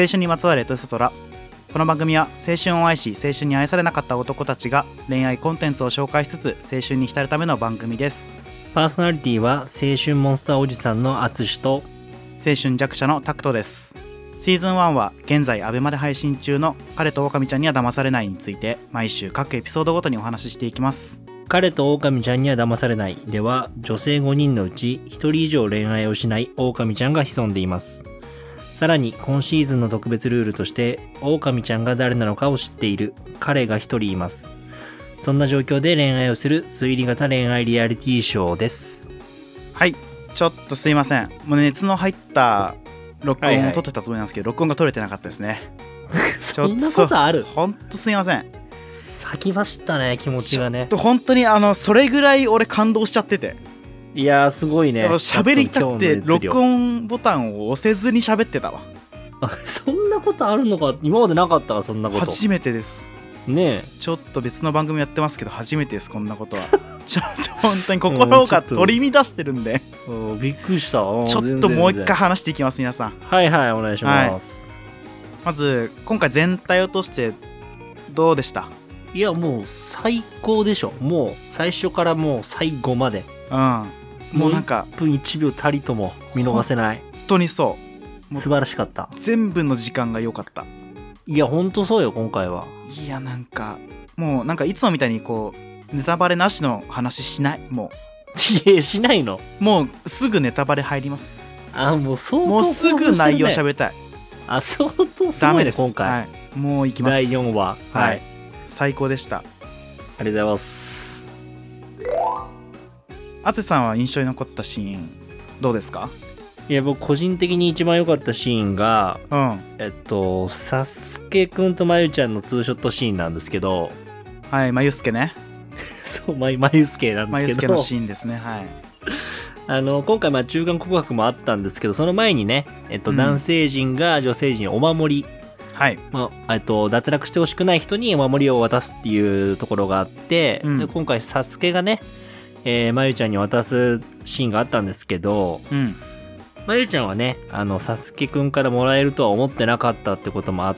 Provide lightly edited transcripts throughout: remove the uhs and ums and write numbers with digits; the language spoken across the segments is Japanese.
青春にまつわるエトセトラ。この番組は青春を愛し青春に愛されなかった男たちが恋愛コンテンツを紹介しつつ青春に浸るための番組です。 パーソナリティは青春モンスターおじさんのあつしと青春弱者のタクトです。シーズン1は現在アベマで配信中の彼と狼ちゃんには騙されないについて毎週各エピソードごとにお話ししていきます。 彼と狼ちゃんには騙されないでは、女性5人のうち1人以上恋愛をしない狼ちゃんが潜んでいます。さらに今シーズンの特別ルールとして狼ちゃんが誰なのかを知っている彼が1人います。そんな状況で恋愛をする推理型恋愛リアリティショーです。 はい、ちょっとすいません。もう熱の入った録音を撮ってたつもりなんですけど、録音が撮れてなかったですね。 そんなことある？ ほんとすいません。 先走ったね、気持ちがね。 本当にそれぐらい俺感動しちゃってて、 いやーすごいね。 喋りたくて録音ボタンを押せずに喋ってたわ。 そんなことあるのか。今までなかったわ、そんなこと。 初めてですねえ。 ちょっと別の番組やってますけど初めてです、こんなことは。ちょっと本当に心が取り乱してるんでびっくりした。 ちょっともう一回話していきます皆さん。 はいはい、お願いします、 はい、まず今回全体を通してどうでした？ いやもう最高でしょ。もう最初からもう最後まで、 もうなんか 1分1秒たりとも見逃せない。 本当にそう、 素晴らしかった。 全部の時間が良かった。 いや本当そうよ今回は。 いやなんかもうなんかいつもみたいにこうネタバレなしの話しない。もういやしないの。 もうすぐネタバレ入ります。 もう相当、 もうすぐ内容喋りたい。 相当すごいねダメです今回、 はい、もう行きます。 第4話、はい、 最高でした。 ありがとうございます。 あつさんは印象に残ったシーンどうですか？ いや僕個人的に一番良かったシーンが、サスケくんとまゆちゃんのツーショットシーンなんですけど、 はい、まゆすけね。 そうまゆすけなんですけど、 まゆすけのシーンですね。はい。 今回中間告白もあったんですけど、その前にね、男性陣が女性陣にお守り、 はい、 脱落してほしくない人にお守りを渡すっていうところがあって、で今回サスケがね、まゆちゃんに渡すシーンがあったんですけど、まゆちゃんはねサスケくんからもらえるとは思ってなかったってこともあって、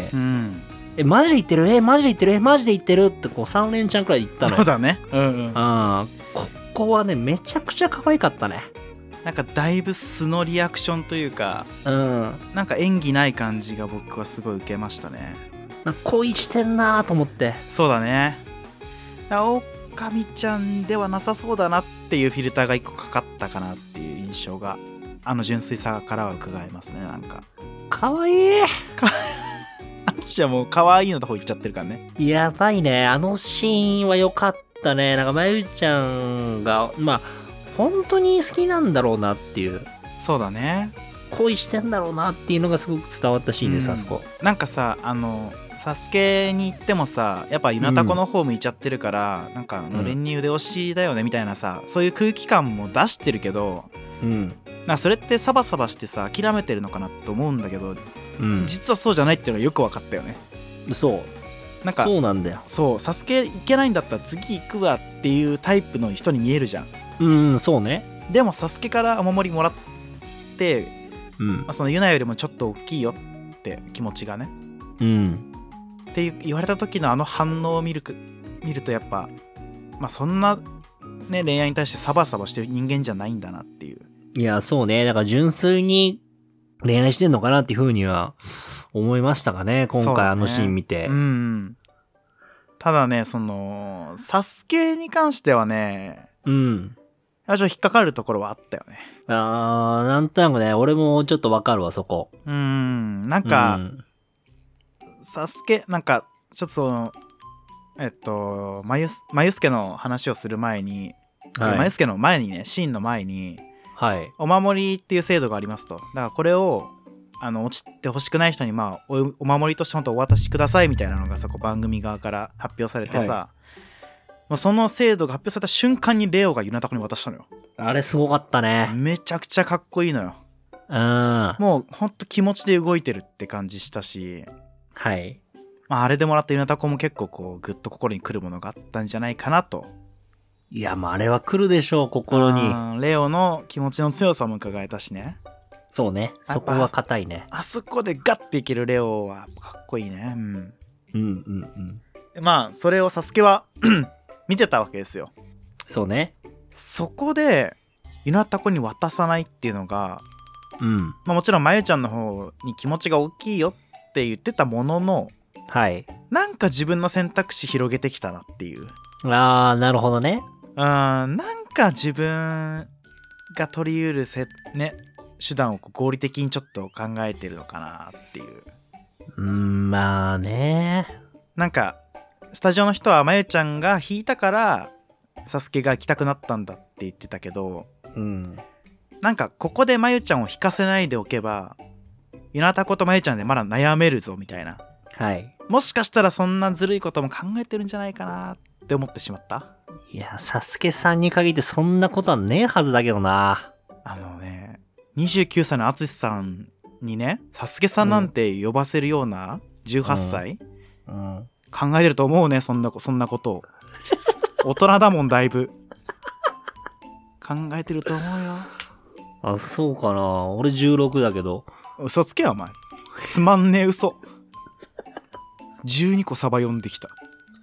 マジで言ってる？マジで言ってる？マジで言ってる？ってこう3連チャンくらい言ったのよ。 そうだね。 ここはねめちゃくちゃ可愛かったね。 なんかだいぶ素のリアクションというか、なんか演技ない感じが僕はすごい受けましたね。 なんか恋してんなと思って。 そうだね。オオカミちゃんではなさそうだなっていうフィルターが1個かかったかなっていう印象が純粋さからは伺えますね。なんかかわいい。 あつしはもう可愛いのとこ行っちゃってるからね。 やばいね。あのシーンは良かったね。なんかまゆちゃんが本当に好きなんだろうなっていう。 そうだね。 恋してんだろうなっていうのがすごく伝わったシーンです、あそこ。 なんかさサスケに行ってもさ、やっぱユナタコの方向いちゃってるから、なんか練に腕押しだよねみたいなさ、そういう空気感も出してるけど、なんかそれってサバサバしてさ諦めてるのかなと思うんだけど、実はそうじゃないっていうのがよく分かったよね。なんかそうなんだよ。 そう、サスケ行けないんだったら次行くわっていうタイプの人に見えるじゃん。 そうね。 でもサスケからお守りもらって、そのユナよりもちょっと大きいよって気持ちがね、って言われた時の反応を見るとやっぱそんなね恋愛に対してサバサバしてる人間じゃないんだなっていう。 いやそうね。だから純粋に恋愛してんのかなっていう風には思いましたかね、今回あのシーン見て。 ただね、そのサスケに関してはね、ちょっと引っかかるところはあったよね。 なんとなくね、俺もちょっとわかるわ、そこ。 なんか、サスケ、なんか、ちょっとその、まゆすけの話をする前に、まゆすけの前にね、シーンの前に、お守りっていう制度がありますと。だからこれを、落ちてほしくない人に、お守りとして本当お渡しくださいみたいなのがそこ番組側から発表されてさ、その制度が発表された瞬間にレオがユナタコに渡したのよ。あれすごかったね。 めちゃくちゃかっこいいのよ。もうほんと気持ちで動いてるって感じしたし、あれでもらったユナタコも結構こうグッと心に来るものがあったんじゃないかなと。 いやあれは来るでしょう、心に。 レオの気持ちの強さも伺えたしね。 そうね。そこは硬いね。 あそこでガッていけるレオはかっこいいね。うん。 うんうんうん。 まあ、それをサスケは見てたわけですよ。 そうね。 そこで、ゆなたこに渡さないっていうのが、 うん。 まあもちろんまゆちゃんの方に気持ちが大きいよって言ってたものの、 はい。 なんか自分の選択肢広げてきたなっていう。 あー、なるほどね。 なんか自分が取り得る手段を合理的にちょっと考えてるのかなっていう。 まあね。 なんかスタジオの人はまゆちゃんが引いたからサスケが行きたくなったんだって言ってたけど、 うん。 なんかここでまゆちゃんを引かせないでおけばゆなたことまゆちゃんでまだ悩めるぞみたいな。 はい。 もしかしたらそんなずるいことも考えてるんじゃないかなって思ってしまった。 いや、サスケさんに限ってそんなことはねえはずだけどな。 29歳の淳さんにね、サスケさんなんて呼ばせるような18歳、考えてると思うね、そんなことを。大人だもん、だいぶ。考えてると思うよ。 あ、そうかな。俺16だけど。 嘘つけよ、お前。つまんねえ嘘。12個サバ読んできた。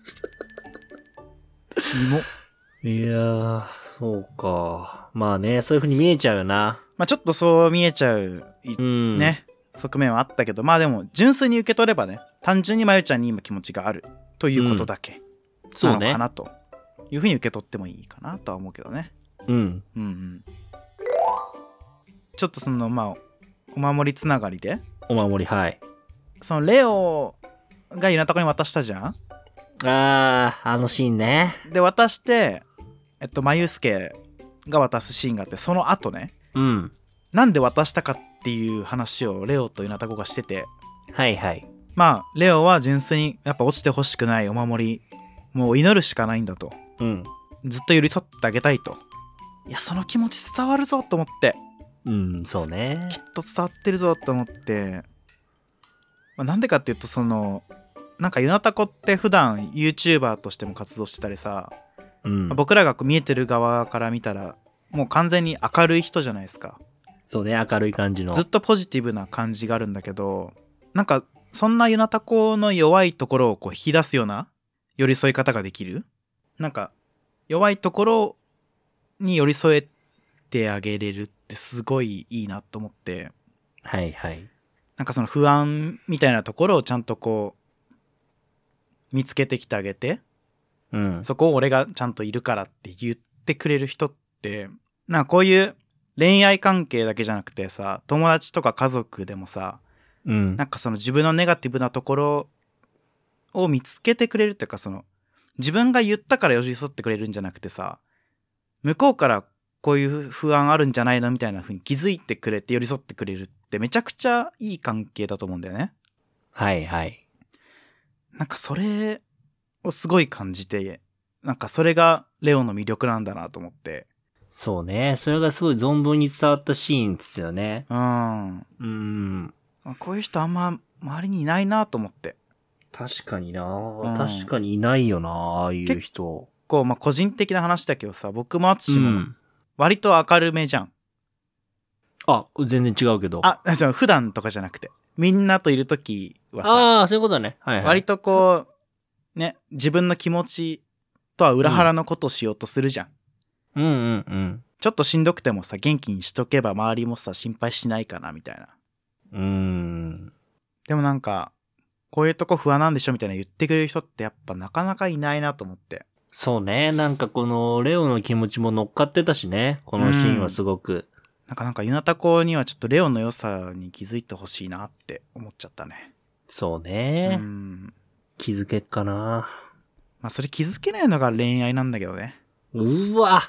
キモ。 いやー、そうか。まあね、そういう風に見えちゃうよな。 まあちょっとそう見えちゃう、ね、側面はあったけど、まあでも純粋に受け取ればね、単純にまゆちゃんに今気持ちがあるということだけなのかなというふうに受け取ってもいいかなとは思うけどね。 うん。うんうん。ちょっとまあお守りつながりで。 お守り、はい。 そのレオがゆなたこに渡したじゃん。 あのシーンね。 で渡して、まゆすけが渡すシーンがあって、その後ね。 うん。 なんで渡したかっていう話をレオとゆなたこがしてて。 はいはい。 まあレオは純粋にやっぱ落ちてほしくないお守り、もう祈るしかないんだと。 うん。 ずっと寄り添ってあげたいと。いや、その気持ち伝わるぞと思って。 うん、そうね。 きっと伝わってるぞと思って。なんでかっていうと、なんかゆなたこって普段 YouTuber としても活動してたりさ、僕らが見えてる側から見たらもう完全に明るい人じゃないですか。 そうね、明るい感じの。 ずっとポジティブな感じがあるんだけど、なんかそんなゆなたこの弱いところをこう引き出すような寄り添い方ができる。なんか弱いところに寄り添えてあげれるってすごいいいなと思って。 はいはい。 なんかその不安みたいなところをちゃんとこう見つけてきてあげて、そこを俺がちゃんといるからって言ってくれる人って、なんかこういう恋愛関係だけじゃなくてさ、友達とか家族でもさ、なんかその自分のネガティブなところを見つけてくれるっていうか、自分が言ったから寄り添ってくれるんじゃなくてさ、向こうからこういう不安あるんじゃないのみたいな風に気づいてくれて寄り添ってくれるってめちゃくちゃいい関係だと思うんだよね。 はいはい。 なんかそれをすごい感じて、なんかそれがレオの魅力なんだなと思って。 そうね。それがすごい存分に伝わったシーンですよね。 こういう人あんま周りにいないなと思って。 確かにな、確かにいないよな、ああいう人。 結構個人的な話だけどさ、僕も淳も割と明るめじゃん。 あ、全然違うけど。 普段とかじゃなくて。みんなといるときはさ。 そういうことね。はいはい。 割とこう、ね、自分の気持ちとは裏腹のことをしようとするじゃん。ちょっとしんどくてもさ、元気にしとけば周りもさ、心配しないかな、みたいな。でもなんか、こういうとこ不安なんでしょみたいな言ってくれる人ってやっぱなかなかいないなと思って。 そうね。なんかこのレオの気持ちも乗っかってたしね。このシーンはすごく。 なんかゆなたこにはちょっとレオの良さに気づいてほしいなって思っちゃったね。 そうね。気づけっかな。 まあそれ気づけないのが恋愛なんだけどね。 うわ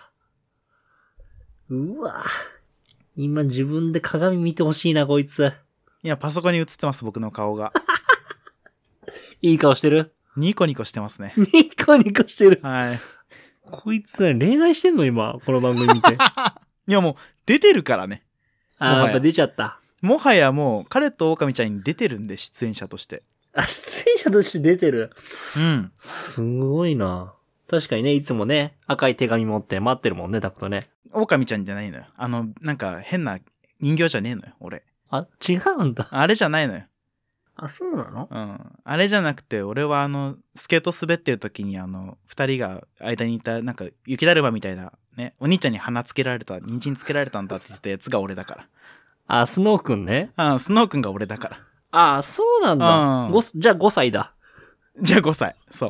今自分で鏡見てほしいな、こいつ。 今パソコンに映ってます、僕の顔が。 いい顔してる？ ニコニコしてますね。 ニコニコしてる。 はい。 こいつ恋愛してんの今、この番組見て。 いやもう、出てるからね。 やっぱ出ちゃった。 もはやもう、彼と狼ちゃんに出てるんで、出演者として。 出演者として出てる。すごいな。確かにね、いつもね、赤い手紙持って待ってるもんね、タクトね。 狼ちゃんじゃないのよ。なんか変な人形じゃねえのよ俺。 あ、違うんだ。 あれじゃないのよ。 あ、そうなの？ うん。あれじゃなくて、俺はスケート滑ってる時に二人が間にいた、なんか雪だるまみたいなね、お兄ちゃんに鼻つけられた、人参つけられたんだって言ってたやつが俺だから。 あ、スノーくんね。 スノーくんが俺だから。 あ、そうなんだ。じゃあ5歳だ。 じゃあ5歳。そう。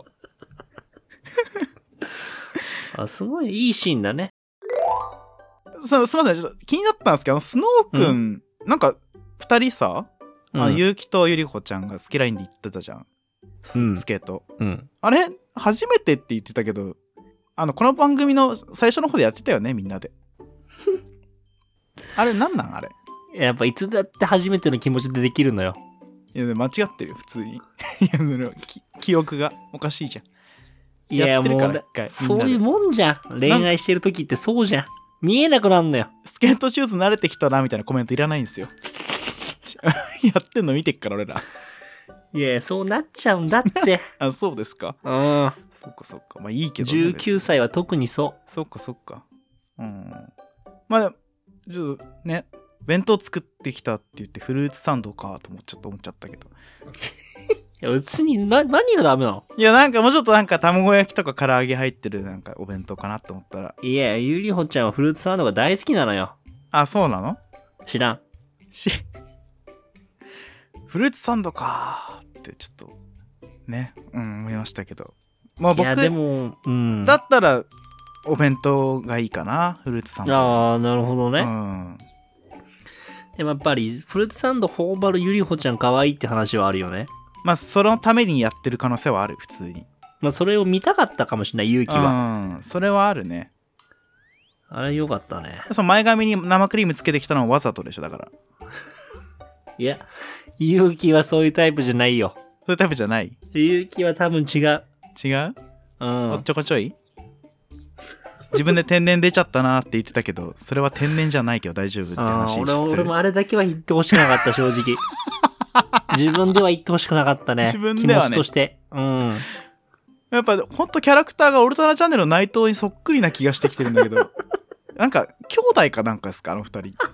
あ、すごいいいシーンだね。 すみません、ちょっと気になったんですけど、スノーくん、なんか二人さ、ゆうきとゆりほちゃんがスキラインで言ってたじゃん。スケート。あれ初めてって言ってたけど、この番組の最初の方でやってたよね、みんなで。あれなんなんあれ。 やっぱいつだって初めての気持ちでできるのよ。 いや、間違ってるよ、普通に。いや、記憶がおかしいじゃん。 いや、もう、そういうもんじゃん。恋愛してる時ってそうじゃん。見えなくなるのよ。 スケートシューズ慣れてきたな、みたいなコメントいらないんですよ。やってんの見てっから、俺ら。 いや、そうなっちゃうんだって。 あ、そうですか。 うん。 そっかそっか。まあいいけどね。19歳は特にそう。 そっかそっか。まあ、ちょっとね、弁当作ってきたって言ってフルーツサンドかと思っちゃったけど。 いや別に何がダメなの？ いやなんかもうちょっとなんか卵焼きとか唐揚げ入ってるなんかお弁当かなと思ったら。 いや、ゆりほちゃんはフルーツサンドが大好きなのよ。 あ、そうなの？ 知らん。 フルーツサンドかーってちょっとね、思いましたけど。まあ僕、いやでも、だったらお弁当がいいかな、フルーツサンド。 ああ、なるほどね。でもやっぱりフルーツサンド頬張るゆりほちゃん可愛いって話はあるよね。 まあそのためにやってる可能性はある、普通に。 まあそれを見たかったかもしれない、勇気は。 それはあるね。 あれよかったね。 その前髪に生クリームつけてきたのはわざとでしょ、だから。 いや、勇気はそういうタイプじゃないよ。 そういうタイプじゃない？ 勇気は多分違う。 違う？おっちょこちょい？自分で天然出ちゃったなって言ってたけど、それは天然じゃないけど大丈夫って話してる。 俺もあれだけは言ってほしくなかった、正直。自分では言ってほしくなかったね。 自分ではね。 気持ちとして。 やっぱほんとキャラクターがオルトナチャンネルの内藤にそっくりな気がしてきてるんだけど、なんか兄弟かなんかですか、あの二人。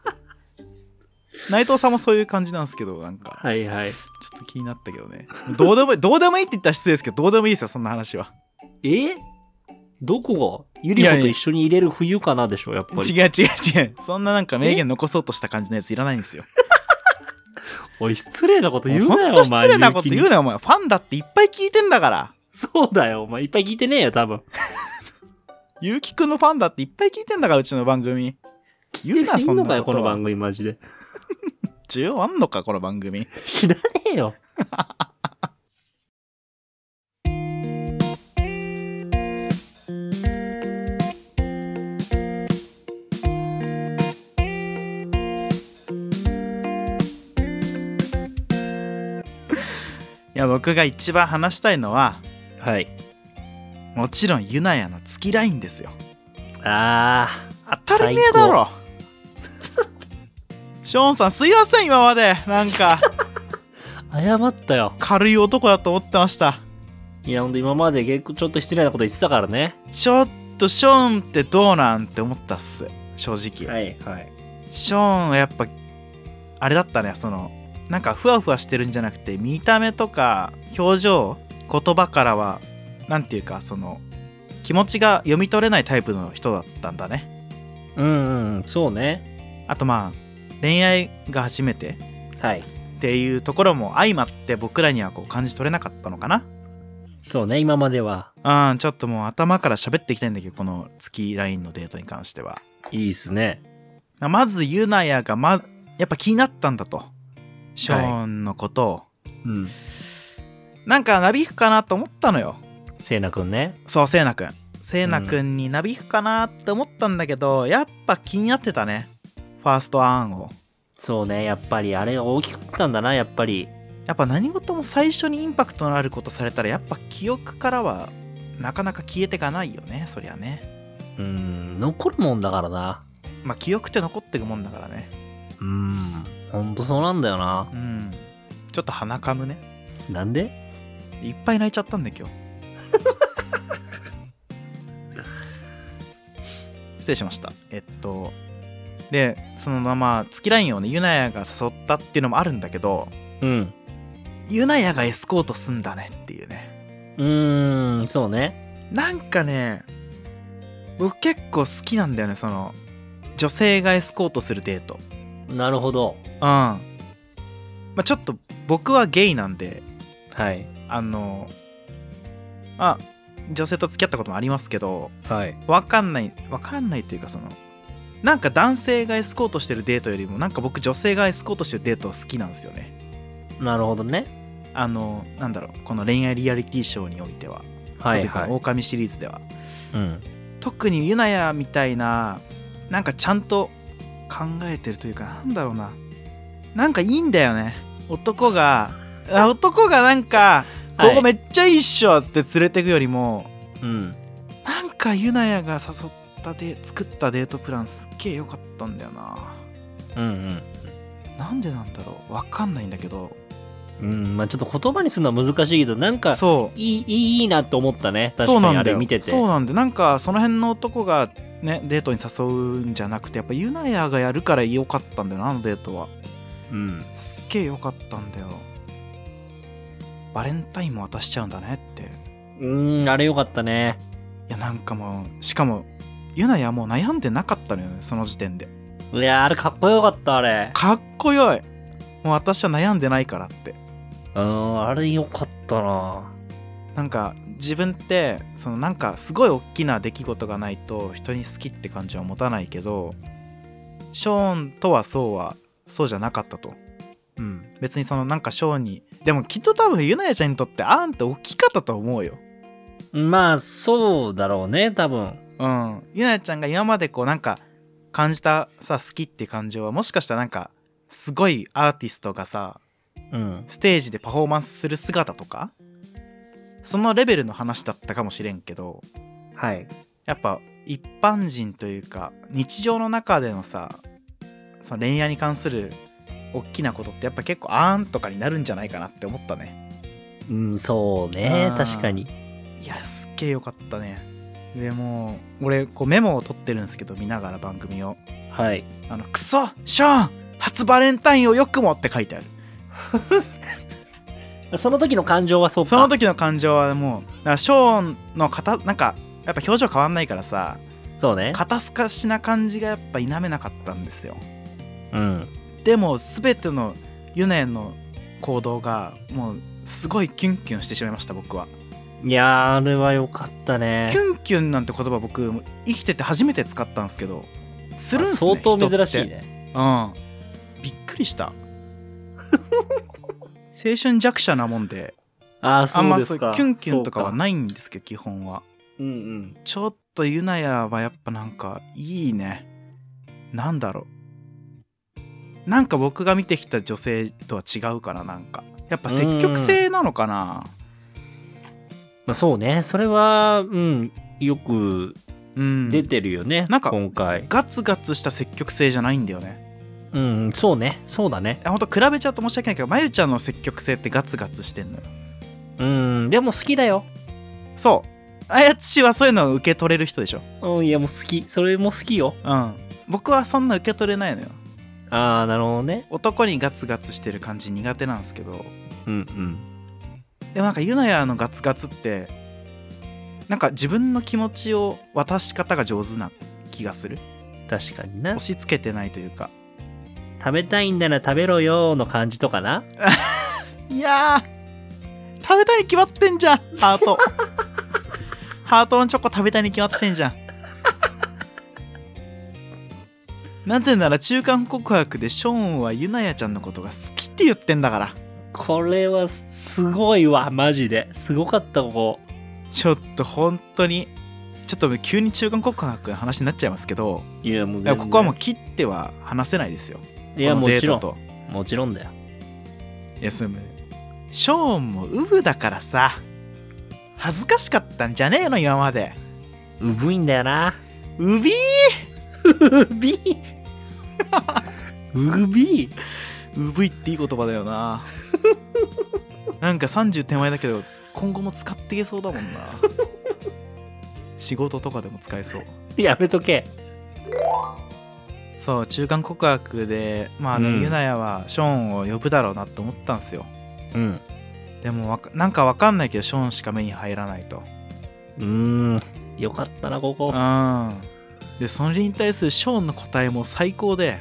内藤さんもそういう感じなんですけど、なんか。 はいはい。 ちょっと気になったけどね。どうでもいいって言ったら失礼ですけど、どうでもいいですよ、そんな話は。 どこがゆりほと一緒に入れる冬かなでしょ、やっぱり。 違う。そんななんか名言残そうとした感じのやついらないんですよ。 おい、失礼なこと言うなよ、お前。 ほんと失礼なこと言うなよ、お前。ファンだっていっぱい聞いてんだから。 そうだよ、お前。いっぱい聞いてねえよ、多分。 ゆうきくんのファンだっていっぱい聞いてんだから、うちの番組。 言うな、そんなことは。いんのかよ、この番組、マジで。 需要あんのか、この番組。 知らねえよ。 いや、僕が一番話したいのは、 はい。 もちろんユナヤの月ラインですよ。 当たり前だろ。ショーンさんすいません、今までなんか謝ったよ。 軽い男だと思ってました。 いや、ほんと今まで結構ちょっと失礼なこと言ってたからね。 ちょっとショーンってどうなんて思ったっす、正直。 はいはい。 ショーンはやっぱあれだったね、なんかふわふわしてるんじゃなくて、見た目とか表情、言葉からはなんていうか、気持ちが読み取れないタイプの人だったんだね。 そうね。 あとまあ恋愛が初めてっていうところも相まって僕らにはこう感じ取れなかったのかな。 そうね、今までは。 ちょっともう頭から喋っていきたいんだけど、この月ラインのデートに関しては。 いいっすね。 まずユナヤがやっぱ気になったんだと、ショーンのことを。なんかなびくかなと思ったのよ。 セイナくんね。 そう、セイナくんになびくかなって思ったんだけど、やっぱ気になってたね、ファーストアンを。 そうね、やっぱりあれ大きかったんだな、やっぱり。 やっぱ何事も最初にインパクトのあることされたら、やっぱ記憶からはなかなか消えてかないよね、そりゃね。 残るもんだからな。 まあ記憶って残ってくもんだからね。 ほんとそうなんだよな。 ちょっと鼻かむね。 なんで？ いっぱい泣いちゃったんだ今日。失礼しました。 でそのまあ月ラインをねユナヤが誘ったっていうのもあるんだけど、ユナヤがエスコートすんだねっていうね。 そうね。 なんかね僕結構好きなんだよね、その女性がエスコートするデート。 なるほど。 まあ、ちょっと僕はゲイなんで、 はい、 女性と付き合ったこともありますけど、 はい、 分かんないというか、そのなんか男性がエスコートしてるデートよりもなんか僕女性がエスコートしてるデート好きなんですよね。 なるほどね。 なんだろう、この恋愛リアリティショーにおいては、 はいはい、 狼シリーズでは、特にユナヤみたいななんかちゃんと考えてるというか、なんだろうな、なんかいいんだよね。男がなんかここめっちゃいいっしょって連れてくよりも、なんかユナヤが誘った作ったデートプランすっげえ良かったんだよな。なんでなんだろう、分かんないんだけど、 まあちょっと言葉にするのは難しいけど、なんかいいなと思ったね。確かにあれ見てて。 そうなんで、なんかその辺の男がねデートに誘うんじゃなくて、やっぱユナヤがやるから良かったんだよな、あのデートは。すっげえ良かったんだよ。バレンタインも渡しちゃうんだねって。 あれ良かったね。 いやなんかもう、しかもユナヤもう悩んでなかったのよね、その時点で。 いやあれかっこよかった。あれかっこよい。もう私は悩んでないからって。 あれ良かったな。 なんか自分ってそのなんかすごい大きな出来事がないと人に好きって感じは持たないけど、ショーンとはそうじゃなかったと。別にそのなんかショーンに、でもきっと多分ユナヤちゃんにとってあんって大きかったと思うよ。 まあそうだろうね、多分。 ユナヤちゃんが今までこうなんか感じたさ、好きって感情はもしかしたらなんかすごいアーティストがさ、ステージでパフォーマンスする姿とかそのレベルの話だったかもしれんけど、やっぱ一般人というか日常の中でのさ、その恋愛に関する大きなことってやっぱ結構あーんとかになるんじゃないかなって思ったね。 そうね、確かに。 いやすっげえよかったね。でも俺こうメモを取ってるんですけど、見ながら番組を、クソショーン初バレンタインをよくもって書いてある。 その時の感情はそうか。 その時の感情はもうだからショーンのなんかやっぱ表情変わんないからさ、 そうね、 肩透かしな感じがやっぱ否めなかったんですよ。でも全てのユナヤの行動がもうすごいキュンキュンしてしまいました、僕は。 いやあれは良かったね。 キュンキュンなんて言葉僕生きてて初めて使ったんですけど、するんすね。 相当珍しいね。 びっくりした青春弱者なもんで、 そうですか。 あんまそうキュンキュンとかはないんですけど、基本は。ちょっとユナヤはやっぱなんかいいね。なんだろう、なんか僕が見てきた女性とは違うから、なんかやっぱ積極性なのかな。 まあそうね、それはよく出てるよね。なんか今回ガツガツした積極性じゃないんだよね。 そうね、そうだね。 ほんと比べちゃうと申し訳ないけど、まゆちゃんの積極性ってガツガツしてんのよ。 でも好きだよ。 そう、あやちはそういうのを受け取れる人でしょ。 いやもう好き、それも好きよ。 僕はそんな受け取れないのよ。 なるほどね。 男にガツガツしてる感じ苦手なんですけど。でもなんかユナヤのガツガツってなんか自分の気持ちを渡し方が上手な気がする。 確かにな。 押し付けてないというか、 食べたいんだな食べろよの感じとかな。 いやー、食べたいに決まってんじゃん。ハートハートのチョコ食べたいに決まってんじゃん。なぜなら中間告白でショーンはユナヤちゃんのことが好きって言ってんだから。 これはすごいわ、マジですごかった。ここちょっと本当にちょっと急に中間告白の話になっちゃいますけど、 いやもうここはもう切っては話せないですよ。 いやもちろん、もちろんだよ。 いや、それショーンもウブだからさ、恥ずかしかったんじゃねえの今まで。 うぶいんだよな。 うびーうびーうびーうぶいっていい言葉だよな。なんか30手前だけど今後も使っていけそうだもんな。仕事とかでも使えそう。 やめとけ。 そう中間告白でまあユナヤはショーンを呼ぶだろうなと思ったんですよ。でもなんかわかんないけどショーンしか目に入らないと。 よかったなここ。 でそれに対するショーンの答えも最高で、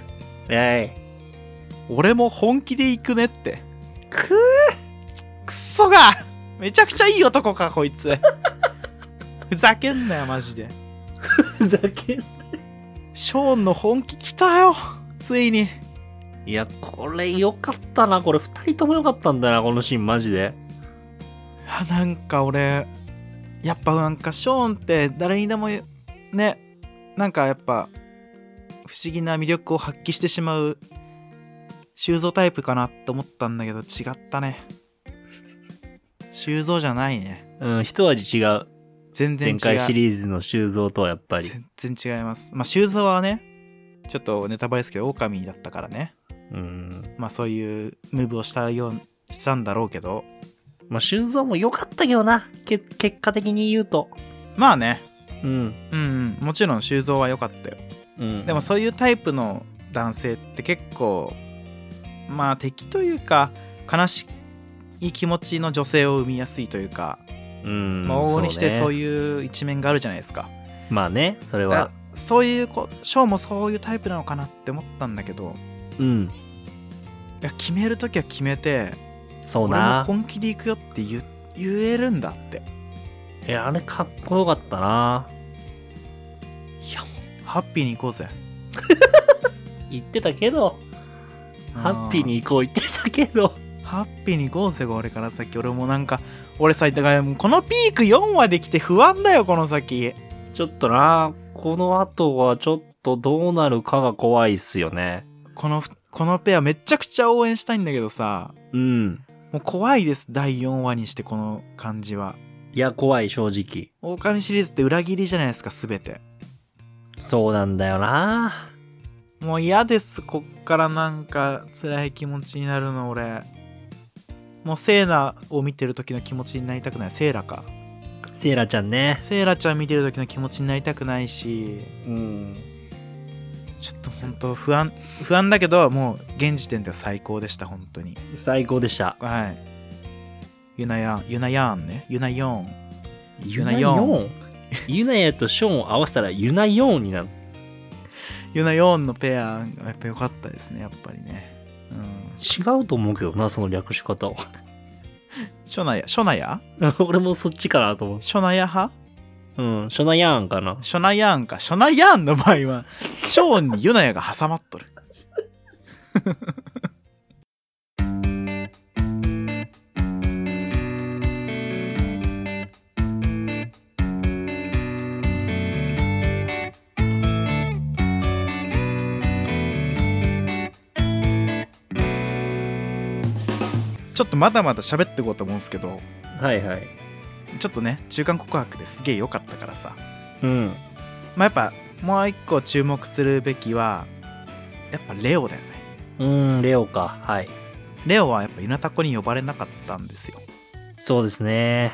俺も本気で行くねって。くそがめちゃくちゃいい男かこいつ。ふざけんなよマジで。 ふざけんなよ。 ショーンの本気来たよついに。 いやこれよかったな。これ2人ともよかったんだよなこのシーンマジで。 いやなんか俺やっぱなんかショーンって誰にでもねなんかやっぱ不思議な魅力を発揮してしまう修造タイプかなって思ったんだけど違ったね。修造じゃないね。 一味違う。 全然違う。 前回シリーズの修造とはやっぱり全然違います。まあ修造はねちょっとネタバレですけど狼だったからね。まあそういうムーブをしたんだろうけど、 まあ修造も良かったけどな結果的に言うと。 まあねもちろん修造は良かったよ。でもそういうタイプの男性って結構まあ敵というか悲しい気持ちの女性を生みやすいというか、まあ往々にしてそういう一面があるじゃないですか。 まあねそれはそういうショーもそういうタイプなのかなって思ったんだけど、いや決めるときは決めて、 そうな、 俺も本気で行くよって言えるんだって。 いやあれかっこよかったな。 いやハッピーに行こうぜ言ってたけどハッピーに行こう言ってたけどハッピーに行こうぜ俺から先。俺もなんか俺さだからこのピーク4話できて不安だよこの先。 ちょっとなこの後はちょっとどうなるかが怖いっすよね。 このペアめちゃくちゃ応援したいんだけどさ、もう怖いです第4話にしてこの感じは。 いや怖い正直。 狼シリーズって裏切りじゃないですか全て。 そうなんだよな。 もう嫌ですこっからなんか辛い気持ちになるの俺。もうセイナを見てる時の気持ちになりたくない。セイラちゃんね。セイラちゃん見てる時の気持ちになりたくないし、ちょっと本当不安だけどもう現時点では最高でした本当に。 最高でした。 はい。ユナヤンね。ユナヨン。 ユナヤとショーンを合わせたらユナヨーンになる。 ユナヨーンのペアがやっぱ良かったですねやっぱりね。 違うと思うけどなその略し方を。 ショナヤ俺もそっちかなと思う。 ショナヤ派？ ショナヤーンかな。 ショナヤーンの場合はショーンにユナヤが挟まっとる。ちょっとまだまだ喋っていこうと思うんですけど、ちょっとね中間告白ですげえ良かったからさ、まあやっぱもう一個注目するべきはやっぱレオだよね。レオか。 レオはやっぱユナタコに呼ばれなかったんですよ。 そうですね。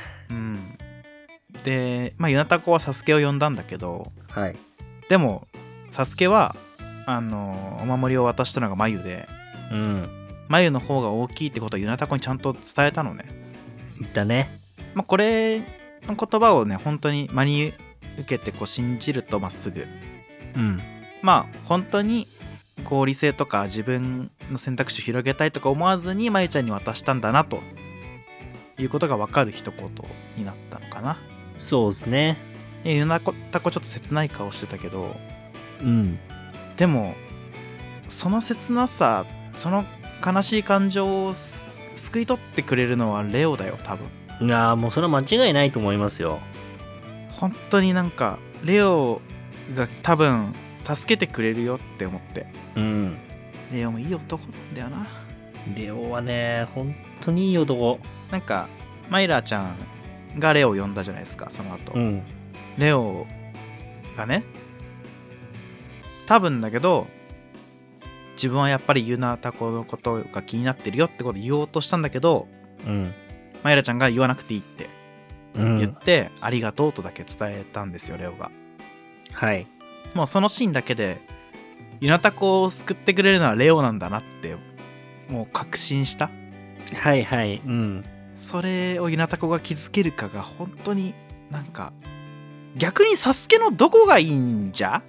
でまあユナタコはサスケを呼んだんだけど、でもサスケはお守りを渡したのがマユで、マユの方が大きいってことはユナタコにちゃんと伝えたのね。 言ったね。 まあこれの言葉をね本当に真に受けてこう信じるとまっすぐ、まあ本当に合理性とか自分の選択肢を広げたいとか思わずにマユちゃんに渡したんだなということが分かる一言になったのかな。 そうですね。 ユナタコちょっと切ない顔してたけど、でもその切なさその悲しい感情を救い取ってくれるのはレオだよ多分。 もうそれは間違いないと思いますよ。 本当になんかレオが多分助けてくれるよって思って。レオもいい男なんだよな。 レオはね本当にいい男。 なんかマイラーちゃんがレオを呼んだじゃないですかその後、レオがね多分だけど自分はやっぱりユナタコのことが気になってるよってこと言おうとしたんだけど、マイラちゃんが言わなくていいって言って、ありがとうとだけ伝えたんですよレオが。 はい。 もうそのシーンだけでユナタコを救ってくれるのはレオなんだなってもう確信した。 はいはい。うん。 それをユナタコが気づけるかが本当になんか逆にサスケのどこがいいんじゃ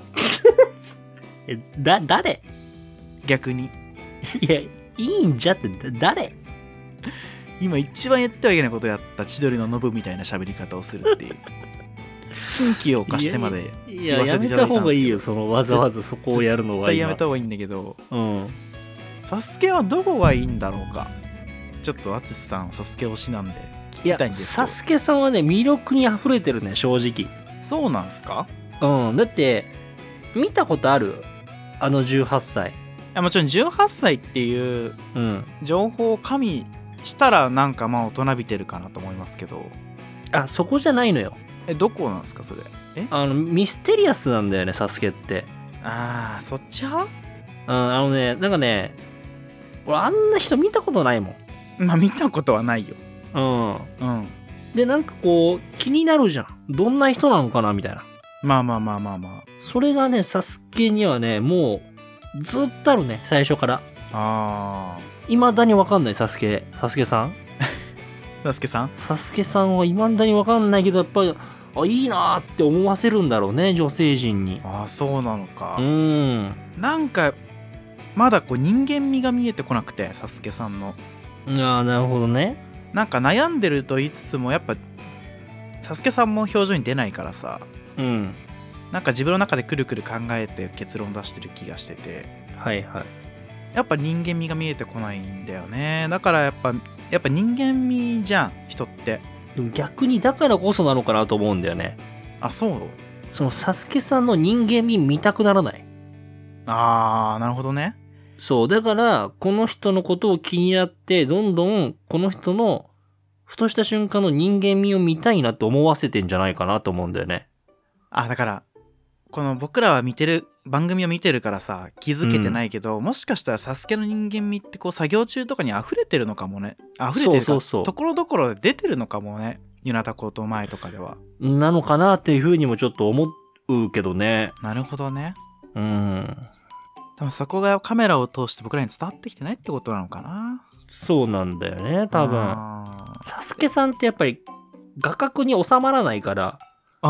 誰逆に。 いや、いいんじゃって誰今一番やってはいけないことやった千鳥のノブみたいな喋り方をするっていう禁忌を犯してまで言わせていただいたんですけど。 やめた方がいいよ、そのわざわざそこをやるのは。 絶対やめた方がいいんだけど、 うん。 サスケはどこがいいんだろうか。ちょっと淳さんサスケ推しなんで聞きたいんですけど。 サスケさんはね、魅力に溢れてるね、正直。 そうなんすか？ うん。だって見たことある？あの18歳。 もちろん18歳っていう情報を加味したらなんかまあ大人びてるかなと思いますけど。 あ、そこじゃないのよ。 どこなんですかそれ？ ミステリアスなんだよね、サスケって。 ああ、そっち派？ なんかね、俺あんな人見たことないもん。 まあ見たことはないよ。 うんで、なんかこう気になるじゃん、どんな人なのかなみたいな。まあそれがね、サスケにはね、もうずっとあるね、最初から。未だに分かんない。サスケさんサスケさんは未だに分かんないけど、やっぱりいいなーって思わせるんだろうね、女性陣に。 そうなのか。なんかまだこう人間味が見えてこなくて、サスケさんの。 なるほどね。 なんか悩んでると言いつつもやっぱサスケさんも表情に出ないからさ、なんか自分の中でくるくる考えて結論出してる気がしてて、やっぱ人間味が見えてこないんだよね。だからやっぱ人間味じゃん、人って。 でも逆にだからこそなのかなと思うんだよね。 そう？ そのサスケさんの人間味見たくならない？ なるほどね。 そう、だからこの人のことを気になってどんどんこの人のふとした瞬間の人間味を見たいなって思わせてんじゃないかなと思うんだよね。 だからこの僕らは番組を見てるからさ気づけてないけど、もしかしたらサスケの人間味ってこう作業中とかに溢れてるのかもね。溢れてるか、ところどころで出てるのかもね、ユナタコと前とかでは。 なのかなっていう風にもちょっと思うけどね。 なるほどね。でもそこがカメラを通して僕らに伝わってきてないってことなのかな。 そうなんだよね、多分。サスケさんってやっぱり画角に収まらないから。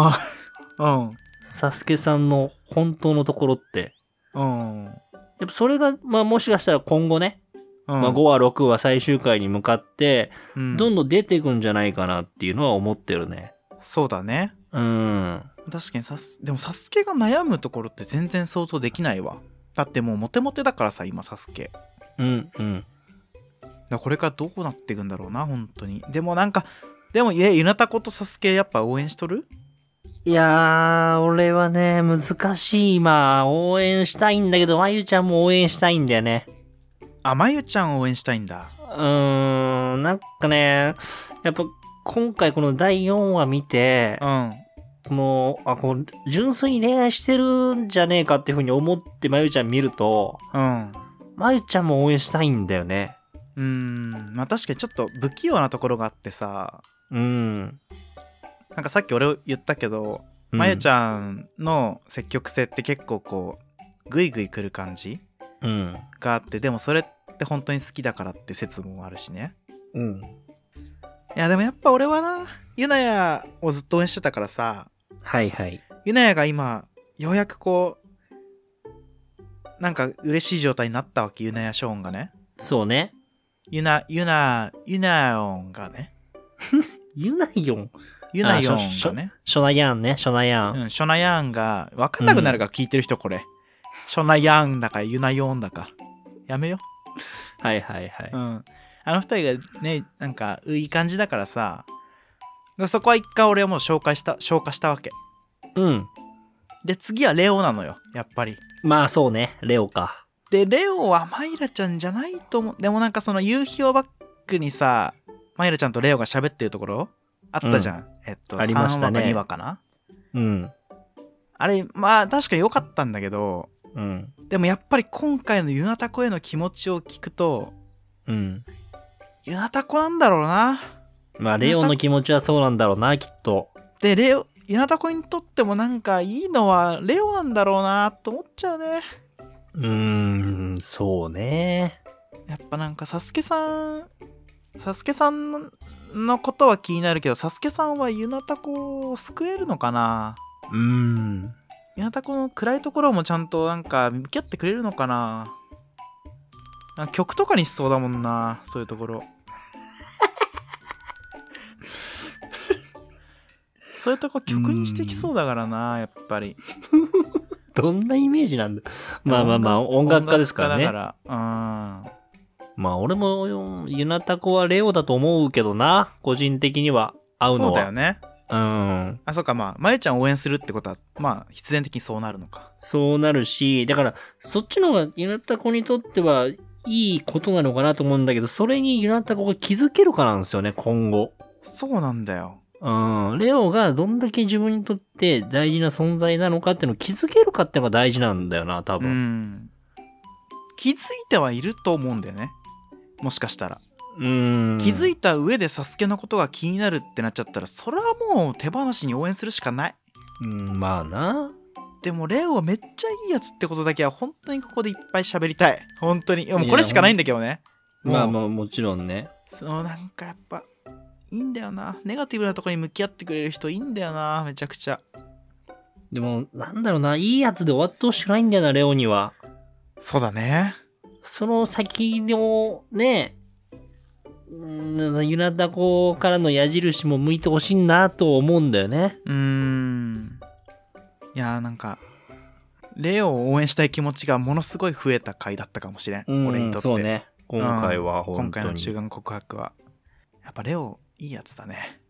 サスケさんの本当のところって。やっぱそれが、もしかしたら今後ね、5話、6話最終回に向かって、どんどん出ていくんじゃないかなっていうのは思ってるね。 そうだね。確かにでもサスケが悩むところって全然想像できないわ。だってもうモテモテだからさ、今サスケ。だこれからどうなっていくんだろうな、本当に。でもユナタコとサスケやっぱ応援しとる？ いやー、俺はね、難しい。今、応援したいんだけど、まゆちゃんも応援したいんだよね。 まゆちゃんを応援したいんだ。 なんかね、やっぱ、今回この第4話見て、こう純粋に恋愛してるんじゃねえかっていう風に思ってまゆちゃん見ると、まゆちゃんも応援したいんだよね。 確かにちょっと不器用なところがあってさ、なんかさっき俺言ったけど、まゆちゃんの積極性って結構こうグイグイ来る感じ、があって、でもそれって本当に好きだからって説もあるしね。いやでもやっぱ俺はな、ユナヤをずっと応援してたからさ、ユナヤが今ようやくこうなんか嬉しい状態になったわけ、ユナヤショーンがね。 そうね。 ユナヨンがね。 ユナヨンがね。 ショナヤンね、ショナヤン。 ショナヤンが、わかんなくなるから聞いてる人これ。ショナヤンだか、ユナヨンだか。やめよ。あの二人がね、なんか、いい感じだからさ、そこは一回俺はもう消化したわけ。で、次はレオなのよ、やっぱり。 そうね、レオか。 で、レオはマイラちゃんじゃないと思う。でもなんかその夕日をバックにさ、マイラちゃんとレオが喋ってるところあったじゃん。 ありましたね。 3話か2話かな。あれ、確かに良かったんだけど、でもやっぱり今回のユナタコへの気持ちを聞くと、ユナタコなんだろうな。 レオの気持ちはそうなんだろうな、きっと。 で、 ユナタコにとってもなんかいいのはレオなんだろうなと思っちゃうね。 そうね。 やっぱなんかサスケさんのことは気になるけど、サスケさんはユナタコを救えるのかな。ユナタコの暗いところもちゃんとなんか向き合ってくれるのかな。なんか曲とかにしそうだもんな、そういうところ。そういうとこ曲にしてきそうだからな、やっぱり。 どんなイメージなんだ。まあ音楽家ですからね。 だから、 まあ俺もユナタコはレオだと思うけどな、個人的には合うのは。 そうだよね。そうか、まあまゆちゃんを応援するってことはまあ必然的にそうなるのか。 そうなるし、だからそっちの方がユナタコにとってはいいことなのかなと思うんだけど、それにユナタコが気づけるかなんですよね、今後。 そうなんだよ。 レオがどんだけ自分にとって大事な存在なのかっていうのを気づけるかっていうのが大事なんだよな、多分。 気づいてはいると思うんだよね。もしかしたら。気づいた上でサスケのことが気になるってなっちゃったら、それはもう手放しに応援するしかない。 まあな。 でもレオめっちゃいいやつってことだけは本当にここでいっぱい喋りたい。本当に。もうこれしかないんだけどね。 まあもちろんね。 なんかやっぱいいんだよな。ネガティブなところに向き合ってくれる人いいんだよな、めちゃくちゃ。 でもなんだろうな、いいやつで終わってほしくないんだよな、レオには。 そうだね。 その先のね、ユナタコからの矢印も向いてほしいなと思うんだよね。 いやーなんかレオを応援したい気持ちがものすごい増えた回だったかもしれん。俺にとって。 そうね。今回は本当に。 今回の中間告白はやっぱレオいいやつだね。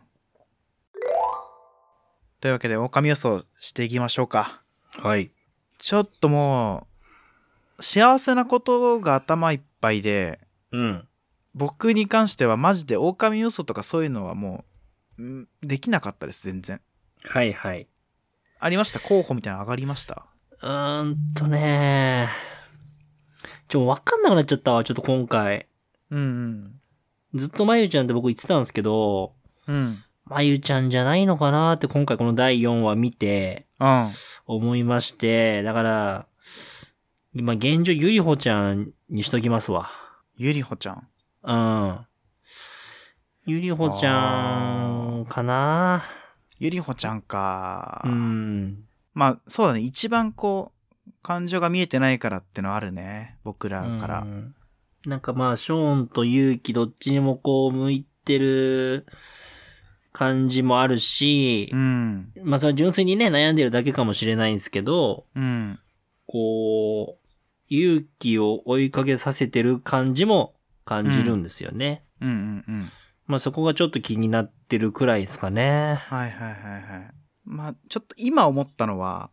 というわけで狼予想していきましょうか。 はい。 ちょっともう幸せなことが頭いっぱいで、僕に関してはマジで狼予想とかそういうのはもうできなかったです。全然。 はいはい。 ありました？候補みたいなの上がりました？ ねわかんなくなっちゃったわ、ちょっと今回。ずっとまゆちゃんって僕言ってたんですけど、まゆちゃんじゃないのかなって今回この第4話見て、思いまして、だから、今現状ゆりほちゃんにしときますわ。 ゆりほちゃん。 ゆりほちゃんかな。 ゆりほちゃんか。まあそうだね。一番こう感情が見えてないからってのはあるね。僕らから。 なんかまあショーンとユウキどっちにもこう向いてる感じもあるし、まあそれは純粋にね悩んでるだけかもしれないんですけど、こう勇気を追いかけさせてる感じも感じるんですよね。まあそこがちょっと気になってるくらいですかね。 はい。まあちょっと今思ったのは、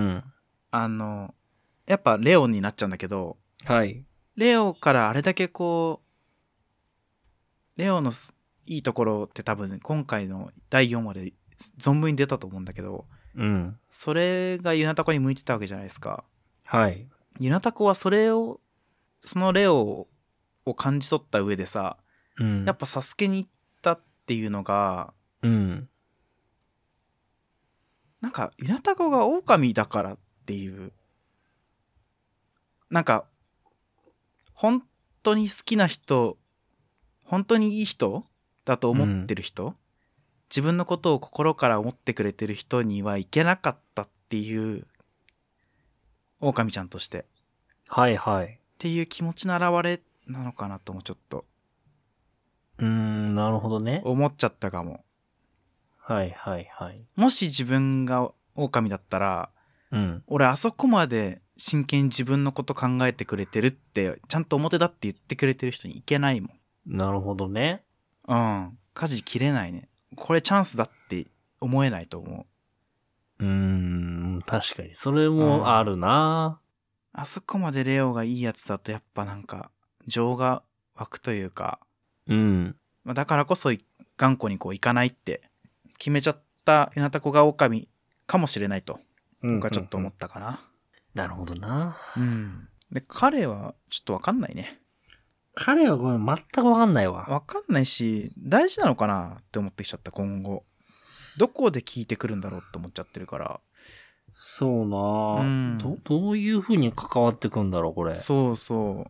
やっぱレオンになっちゃうんだけど、レオからあれだけこうレオのいいところって多分今回の第4話で存分に出たと思うんだけど、それがユナタコに向いてたわけじゃないですか。ユナタコはそのレオを感じ取った上でさ、やっぱサスケに行ったっていうのが、なんかユナタコが狼だからっていう、なんか本当に好きな人、本当にいい人だと思ってる人、自分のことを心から思ってくれてる人にはいけなかったっていう、狼ちゃんとしてっていう気持ちの表れなのかなともちょっとなるほどね。 思っちゃったかも。もし自分が狼だったら、俺あそこまで真剣に自分のこと考えてくれてるってちゃんと表だって言ってくれてる人にいけないもん。 なるほどね。 舵切れないね。これチャンスだって思えないと思う。 確かにそれもあるな。 あそこまでレオがいいやつだとやっぱなんか情が湧くというか、だからこそ頑固にこういかないって決めちゃったユナタコが狼かもしれないと僕はちょっと思ったかな。 なるほどな。 で彼はちょっと分かんないね。 彼はごめん全く分かんないわ。 分かんないし大事なのかなって思ってきちゃった今後。 どこで聞いてくるんだろうって思っちゃってるから。 そうな、うん、どういう風に関わってくんだろうこれ。 そうそう。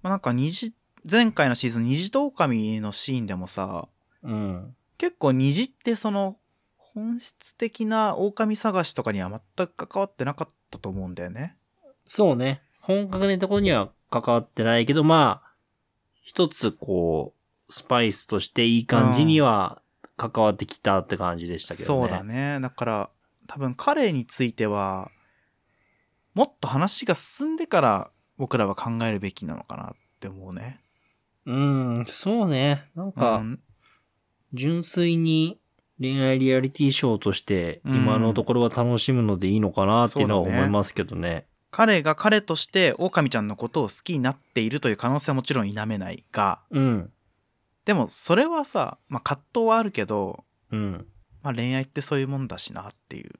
なんか前回のシーズン虹と狼のシーンでもさ、 うん、 結構虹ってその本質的な狼探しとかには全く関わってなかったと思うんだよね。 そうね。本格的なところには関わってないけど、まあ一つこうスパイスとしていい感じには関わってきたって感じでしたけどね。 そうだね。だから多分彼についてはもっと話が進んでから僕らは考えるべきなのかなって思うね。 そうね。なんか、純粋に恋愛リアリティショーとして今のところは楽しむのでいいのかなっていうのは思いますけどね。 彼が彼として狼ちゃんのことを好きになっているという可能性はもちろん否めないが、でもそれはさ、まあ葛藤はあるけど、まあ恋愛ってそういうもんだしなっていう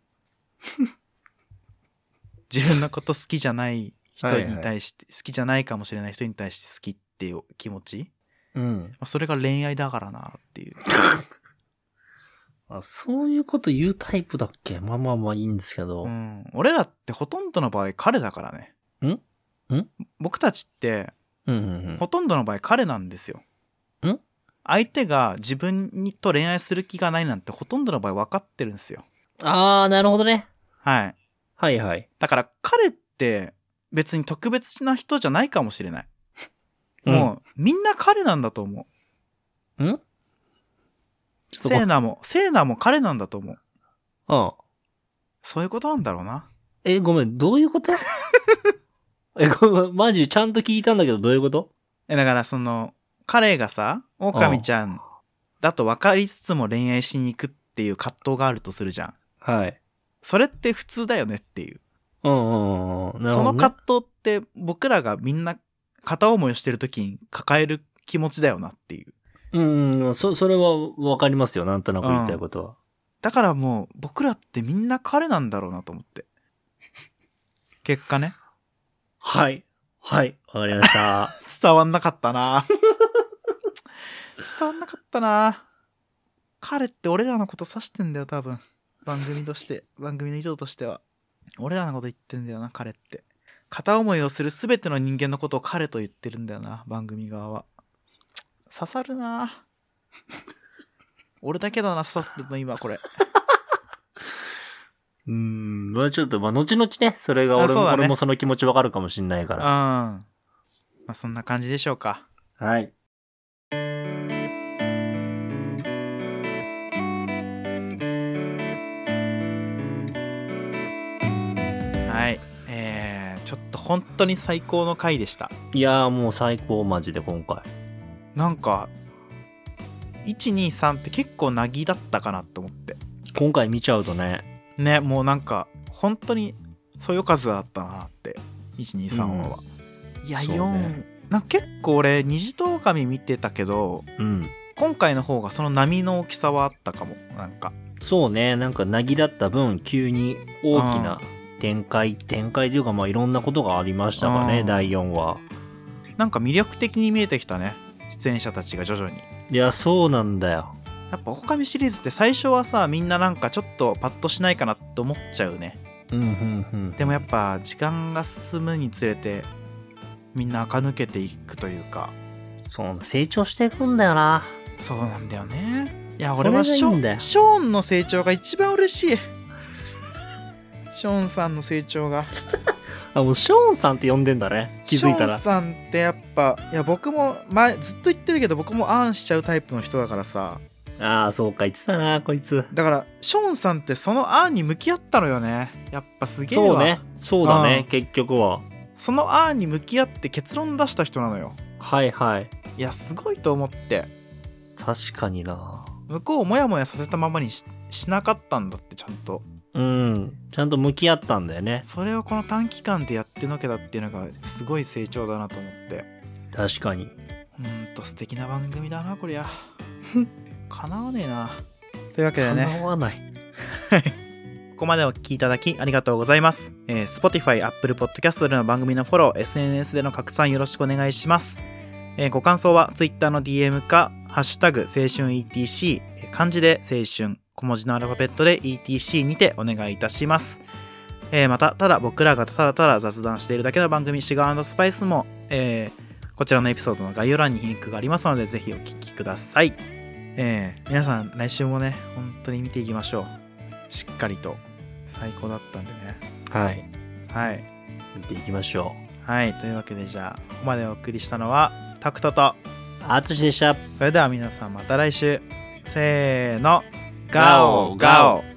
自分のこと好きじゃない人に対して、好きじゃないかもしれない人に対して好きっていう気持ち、それが恋愛だからなっていうそういうこと言うタイプだっけ。まあいいんですけど、 俺らってほとんどの場合彼だからね。僕たちって、ほとんどの場合彼なんですよ。相手が自分と恋愛する気がないなんてほとんどの場合分かってるんですよ。 なるほどね。 はいはい。 だから彼って別に特別な人じゃないかもしれない。もうみんな彼なんだと思う。セーナも彼なんだと思う。そういうことなんだろうな。 ごめん、どういうことごめん、マジちゃんと聞いたんだけどどういうこと？ だからその彼がさ、狼ちゃんだと分かりつつも恋愛しに行くっていう葛藤があるとするじゃん。 はい。 それって普通だよねっていう。 なるほどね。 その葛藤って僕らがみんな片思いをしてる時に抱える気持ちだよなっていう。 それは分かりますよ。なんとなく言いたいことは。 だからもう僕らってみんな彼なんだろうなと思って。結果ね。 はい。わかりました。 伝わんなかったな。彼って俺らのこと指してんだよ多分。番組の意図としては。俺らのこと言ってんだよな彼って。片思いをする全ての人間のことを彼と言ってるんだよな番組側は。刺さるな。俺だけだな刺さってるの今これ。 まあちょっと後々ねそれが俺もその気持ちわかるかもしんないから。 まあそんな感じでしょうか。 はい。 はい。ちょっと本当に最高の回でした。 いやーもう最高マジで今回。 なんか 1,2,3 って結構なぎだったかなと思って。 今回見ちゃうとね。 もうなんか本当にそよ風だったなって 1,2,3 は。いや4、ね、なんか結構俺虹と狼見てたけど、今回の方がその波の大きさはあったかも。なんかそうね。なんかなぎだった分急に大きな展開というかまあいろんなことがありましたかね。第4話なんか魅力的に見えてきたね出演者たちが徐々に。 いやそうなんだよ。 やっぱ狼シリーズって最初はさみんななんかちょっとパッとしないかなって思っちゃうね。でもやっぱ時間が進むにつれてみんな垢抜けていくというか、 そう成長していくんだよな。 そうなんだよね。いや俺はショーンの成長が一番嬉しい。ショーンさんの成長がもうショーンさんって呼んでんだね気づいたら。 ショーンさんってやっぱいや僕もずっと言ってるけど僕もアーンしちゃうタイプの人だからさ。 そうか言ってたなこいつ。 だからショーンさんってそのアーンに向き合ったのよね。やっぱすげえわ。 そうだね結局はそのアーンに向き合って結論出した人なのよ。 はいいやすごいと思って。 確かにな。 向こうをモヤモヤさせたままに しなかったんだってちゃんと。 ちゃんと向き合ったんだよね。 それをこの短期間でやってのけたっていうのがすごい成長だなと思って。 確かに。 素敵な番組だなこりゃ。叶わねえな。というわけでね。 叶わない。 ここまでお聞きいただきありがとうございます。Spotify、Apple Podcast での番組のフォロー、SNS での拡散よろしくお願いします。ご感想は Twitter の DM かハッシュタグ青春 ETC 漢字で青春小文字のアルファベットで ETC にてお願いいたします。また、ただ僕らがただただ雑談しているだけの番組、シガー&スパイスも、こちらのエピソードの概要欄にリンクがありますので、ぜひお聞きください。皆さん、来週もね、本当に見ていきましょう。しっかりと。最高だったんでね。 はい。 はい。 見ていきましょう。はい。というわけで、じゃあ、ここまでお送りしたのは、タクトと、 あつしでした。 それでは皆さんまた来週。せーの。ガオガオ。